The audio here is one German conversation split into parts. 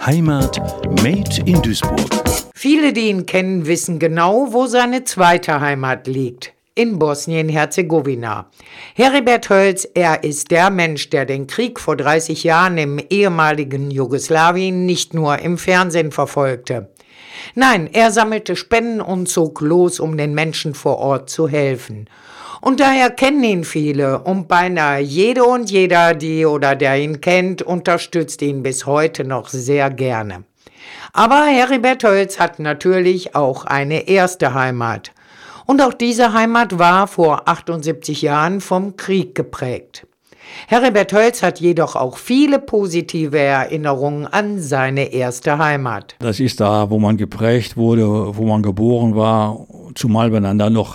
Heimat Made in Duisburg. Viele, die ihn kennen, wissen genau, wo seine zweite Heimat liegt. In Bosnien-Herzegowina. Heribert Hölz, er ist der Mensch, der den Krieg vor 30 Jahren im ehemaligen Jugoslawien nicht nur im Fernsehen verfolgte. Nein, er sammelte Spenden und zog los, um den Menschen vor Ort zu helfen. Und daher kennen ihn viele und beinahe jede und jeder, die oder der ihn kennt, unterstützt ihn bis heute noch sehr gerne. Aber Heribert Hölz hat natürlich auch eine erste Heimat. Und auch diese Heimat war vor 78 Jahren vom Krieg geprägt. Heribert Hölz hat jedoch auch viele positive Erinnerungen an seine erste Heimat. Das ist da, wo man geprägt wurde, wo man geboren war, zumal man dann da noch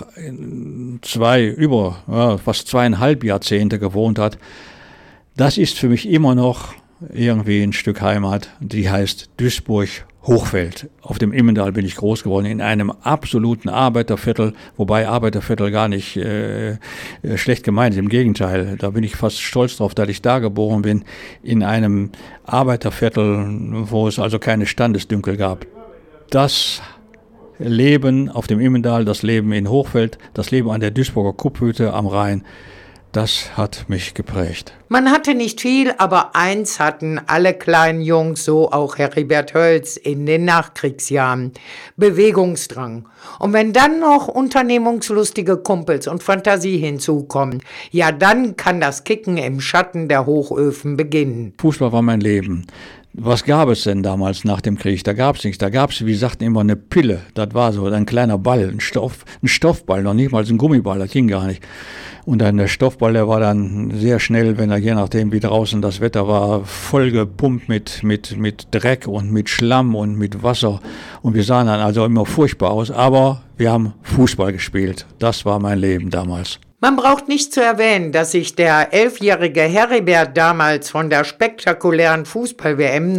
fast 2,5 Jahrzehnte gewohnt hat. Das ist für mich immer noch irgendwie ein Stück Heimat, die heißt Duisburg-Hochfeld. Auf dem Immendal bin ich groß geworden, in einem absoluten Arbeiterviertel, wobei Arbeiterviertel gar nicht schlecht gemeint ist, im Gegenteil. Da bin ich fast stolz drauf, dass ich da geboren bin, in einem Arbeiterviertel, wo es also keine Standesdünkel gab. Das Leben auf dem Immendal, das Leben in Hochfeld, das Leben an der Duisburger Kupphütte am Rhein, das hat mich geprägt. Man hatte nicht viel, aber eins hatten alle kleinen Jungs, so auch Heribert Hölz in den Nachkriegsjahren: Bewegungsdrang. Und wenn dann noch unternehmungslustige Kumpels und Fantasie hinzukommen, ja, dann kann das Kicken im Schatten der Hochöfen beginnen. Fußball war mein Leben. Was gab es denn damals nach dem Krieg? Da gab es nichts. Da gab es, wie sagten immer, eine Pille. Das war so ein kleiner Ball, ein Stoffball, noch nicht mal ein Gummiball, das ging gar nicht. Und dann der Stoffball, der war dann sehr schnell, wenn er je nachdem wie draußen das Wetter war, voll gepumpt mit Dreck und mit Schlamm und mit Wasser. Und wir sahen dann also immer furchtbar aus. Aber wir haben Fußball gespielt. Das war mein Leben damals. Man braucht nicht zu erwähnen, dass sich der 11-jährige Heribert damals von der spektakulären Fußball-WM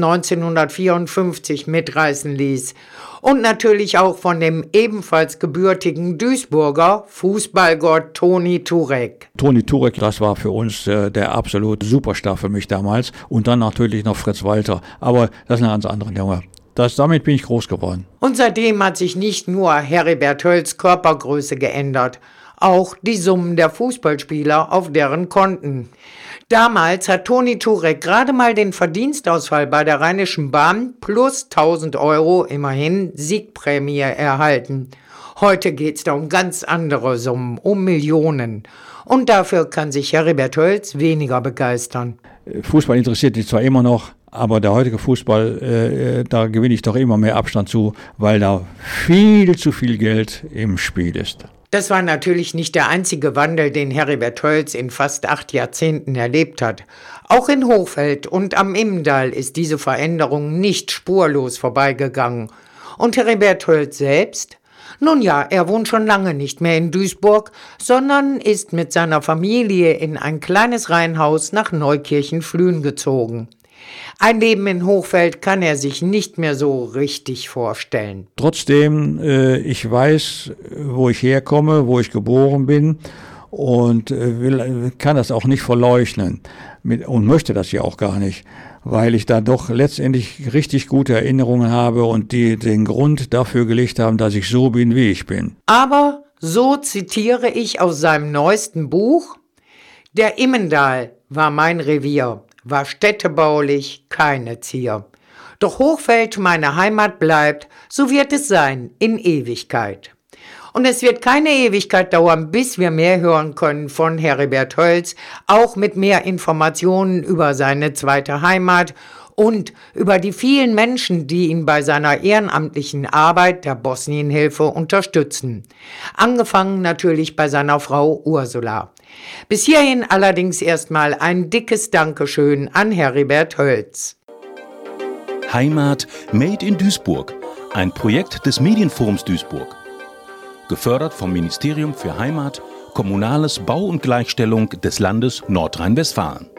1954 mitreißen ließ. Und natürlich auch von dem ebenfalls gebürtigen Duisburger Fußballgott Toni Turek. Toni Turek, das war für uns der absolute Superstar für mich damals. Und dann natürlich noch Fritz Walter. Aber das ist eine ganz andere Nummer. Damit bin ich groß geworden. Und seitdem hat sich nicht nur Heribert Hölz' Körpergröße geändert, auch die Summen der Fußballspieler auf deren Konten. Damals hat Toni Turek gerade mal den Verdienstausfall bei der Rheinischen Bahn plus 1000 Euro, immerhin Siegprämie, erhalten. Heute geht's da um ganz andere Summen, um Millionen. Und dafür kann sich Heribert Hölz weniger begeistern. Fußball interessiert mich zwar immer noch, aber der heutige Fußball, da gewinne ich doch immer mehr Abstand zu, weil da viel zu viel Geld im Spiel ist. Das war natürlich nicht der einzige Wandel, den Heribert Hölz in fast 8 Jahrzehnten erlebt hat. Auch in Hochfeld und am Immendal ist diese Veränderung nicht spurlos vorbeigegangen. Und Heribert Hölz selbst? Nun ja, er wohnt schon lange nicht mehr in Duisburg, sondern ist mit seiner Familie in ein kleines Reihenhaus nach Neukirchen-Flühen gezogen. Ein Leben in Hochfeld kann er sich nicht mehr so richtig vorstellen. Trotzdem, ich weiß, wo ich herkomme, wo ich geboren bin und kann das auch nicht verleugnen und möchte das ja auch gar nicht, weil ich da doch letztendlich richtig gute Erinnerungen habe und die den Grund dafür gelegt haben, dass ich so bin, wie ich bin. Aber, so zitiere ich aus seinem neuesten Buch: Der Immendal war mein Revier, war städtebaulich keine Zier. Doch Hochfeld meine Heimat bleibt, so wird es sein in Ewigkeit. Und es wird keine Ewigkeit dauern, bis wir mehr hören können von Heribert Hölz, auch mit mehr Informationen über seine zweite Heimat und über die vielen Menschen, die ihn bei seiner ehrenamtlichen Arbeit der Bosnienhilfe unterstützen. Angefangen natürlich bei seiner Frau Ursula. Bis hierhin allerdings erstmal ein dickes Dankeschön an Heribert Hölz. Heimat Made in Duisburg, ein Projekt des Medienforums Duisburg. Gefördert vom Ministerium für Heimat, Kommunales, Bau und Gleichstellung des Landes Nordrhein-Westfalen.